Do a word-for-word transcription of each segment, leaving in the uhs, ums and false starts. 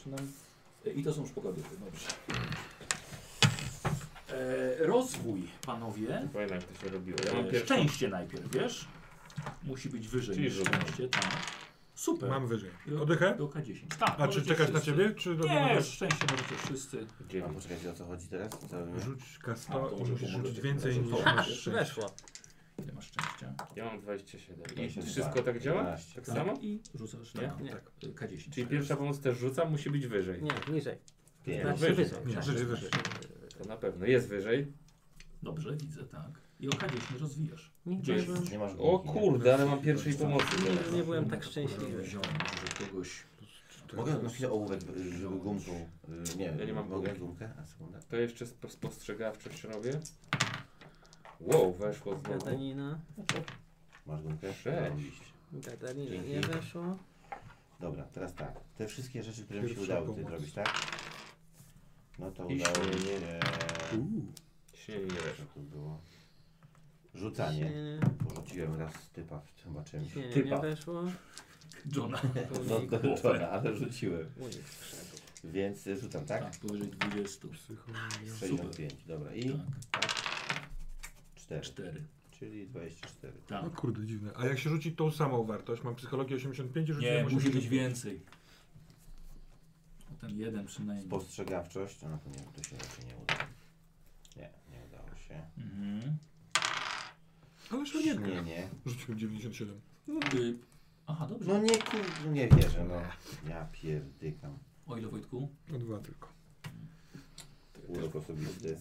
zaczynam. E, I to są już pogaduchy, dobrze. E, rozwój, panowie. Pamiętam jak to się robiło. Ja E, mam pierwszą. szczęście najpierw, wiesz? Musi być wyżej Czyli niż rzut. szczęście, tak. Super. Mam wyżej. Do- Oddychę? Do K dziesięć. Tak, A czy możecie czekać na wszyscy. ciebie? Czy robimy Nie, tak? szczęście możecie wszyscy. A Dziewięć. poczekajcie, o co chodzi teraz? Co robimy? Rzuć K A, sto to i może musisz pomogę rzucić tylko więcej razu. niż To masz masz szczęście. Weszło. Ile masz szczęścia? Ja mam dwadzieścia siedem. I dwadzieścia dwa. wszystko tak działa? jedenaście. Tak Tak, samo? i rzucasz Nie? na Nie. Tak. K dziesięć. Czyli pierwsza pomoc też rzucam, musi być wyżej. Nie, niżej. Pięć. Znaczy wyżej. wyżej. Nie, tak. wyżej, wyżej. To na pewno jest wyżej. Dobrze, widzę, tak. I o K dziesięć rozwijasz. Nigdy Gdzie nie jest? byłem, Nie masz O gumki, nie? kurde, ale mam pierwszej pomocy. nigdy nie byłem tak szczęśliwy. Wziąłem może kogoś. Mogę na chwilę ołówek, żeby gumką... y, Nie, Ja nie mam mogę gumki. gumkę? A sekunda. To jeszcze sp- spostrzegawczość robię. Wow, weszło znowu. Katarina. Masz gumkę? Sześć. Zarobiście. Katarina Dzięki. nie weszło. Dobra, teraz tak. Te wszystkie rzeczy, które mi się Pierwsza udały tutaj pomoc. zrobić, tak? No to I udało mi śnienie. się... Uuu. Śnienie nie Co weszło. tu było? Rzucanie. Nie, Porzuciłem raz typa w chyba czymś. nie, nie Typa. weszło. Johna. No to czora, ale rzuciłem. Unik wszedł. Więc y, rzucam, tak? Tak, powyżej dwudziestu. Psychologia. sześćdziesiąt pięć, dobra. I Tak, cztery, cztery. czyli dwadzieścia cztery. Tak. No kurde, dziwne. A jak się rzuci tą samą wartość, mam psychologię osiemdziesiąt pięć i rzuciłem Nie, musi osiemdziesiąt być pięć. więcej. O ten jeden przynajmniej. Spostrzegawczość, no to nie, to się raczej nie uda. Nie, nie udało się. Mhm. Ale szalnienka. Nie, nie. Rzuciłem dziewięćdziesiąt siedem. Y, Aha, dobrze. No nie, kur... nie wierzę, no. Ja pierdykam. O ile, Wojtku? O dwa tylko. Urok osobisty.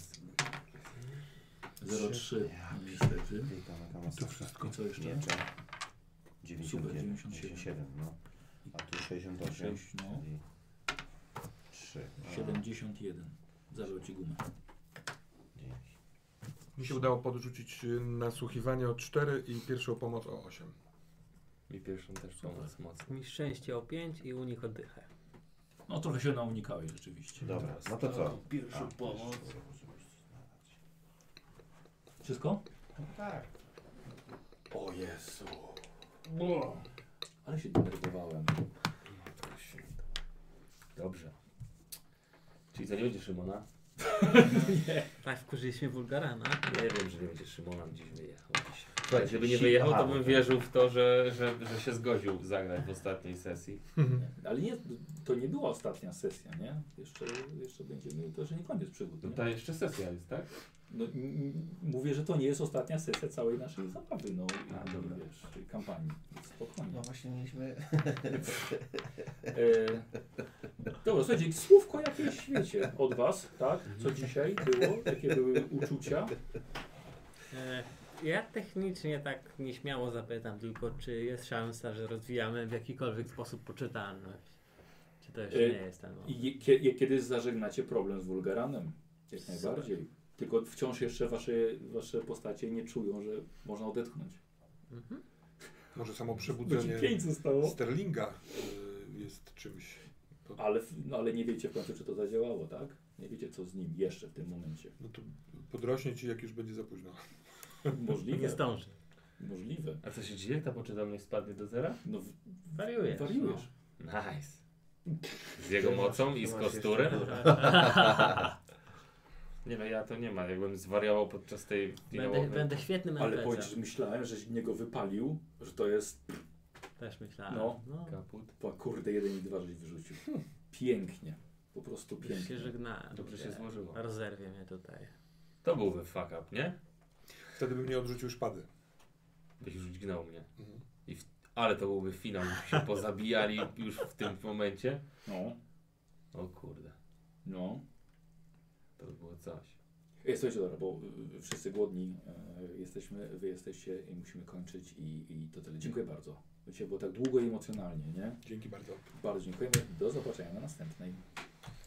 zero trzy. Ja Niestety. pierdykam, jaka To masakra. wszystko. I co jeszcze? Miecze. dziewięćdziesiąt Super, jeden, dziewięćdziesiąt siedem. dziewięćdziesiąt siedem, no. A tu sześćdziesiąt osiem, Sześć, no. czyli trzy. A, siedemdziesiąt jeden. Zabrał ci gumę. dzięki. Mi się udało podrzucić y, nasłuchiwanie o cztery i pierwszą pomoc o osiem. Mi pierwszą też pomoc mocno. Mi szczęście o pięć i unik oddychę. No trochę się naunikałeś rzeczywiście. Dobra, Teraz no to co? taką Pierwszą A, pomoc. pierwszy urok osobisty znalazł. Wszystko? No tak. O Jezu. Bo. Ale się denerwowałem. Dobrze. Czyli co, nie będzie Szymona? Tak, wkurzyliśmy Wulgarana. Nie wiem, że nie będzie Szymona gdzieś wyjechał. Słuchaj, gdyby nie si- wyjechał, aha, to bym no to- wierzył w to, że, że, że się zgodził zagrać w ostatniej sesji. Ale nie, to nie była ostatnia sesja, nie? Jeszcze, jeszcze będziemy, to że nie koniec przygód. No Nie? ta jeszcze sesja jest, tak? No, m- m- mówię, że to nie jest ostatnia sesja całej naszej zabawy, no A, i, dobra. wiesz, kampanii. Spokojnie. No właśnie mieliśmy... E, dobra, słuchajcie, słówko jakieś wiecie od was, tak? Co dzisiaj było? Jakie były uczucia? E, ja technicznie tak nieśmiało zapytam tylko, czy jest szansa, że rozwijamy w jakikolwiek sposób poczytalność. Czy to jeszcze E, nie jest ten moment? I je, kie, kiedy zażegnacie problem z Wulgaranem? Jak najbardziej. Tylko wciąż jeszcze wasze, wasze postacie nie czują, że można odetchnąć. Mhm. Może samo Bo ci przebudzenie pięć zostało. Sterlinga y, jest czymś. To, Ale, w- no, ale nie wiecie w końcu, czy to zadziałało, tak? Nie wiecie, co z nim jeszcze w tym momencie. no to podrośnie ci, jak już będzie za późno. Możliwe. Nie zdąży. Możliwe. A co się dzieje, jak ta poczytalność spadnie do zera? No, w- Wariujesz. wariujesz. Nice. Z jego mocą i z masz kosturem? jeszcze- Nie no, ja to nie ma. Jakbym zwariował podczas tej Będę, finałowej... będę świetnym Ale N P C. powiedzieć, że myślałem, że z niego wypalił, że to jest, Też myślałem. No. no. Kaput. po kurde, jeden i dwa żeś wyrzucił. Pięknie. Po prostu Już się pięknie. żegnałem. Dobrze się Nie, złożyło. Rozerwie mnie tutaj. To byłby fuck up, nie? Wtedy bym nie odrzucił szpady. Byś już dźgnął mnie. Mhm. Ale to byłby finał, byśmy się pozabijali już w tym momencie. No, O kurde, no. to by było coś. Ej, słuchajcie, dobra, bo y, wszyscy głodni e, jesteśmy, wy jesteście i musimy kończyć i, i to tyle. Dziękuję bardzo. Wiecie, było tak długo i emocjonalnie, nie? Dzięki bardzo. Bardzo dziękujemy. Do zobaczenia na następnej.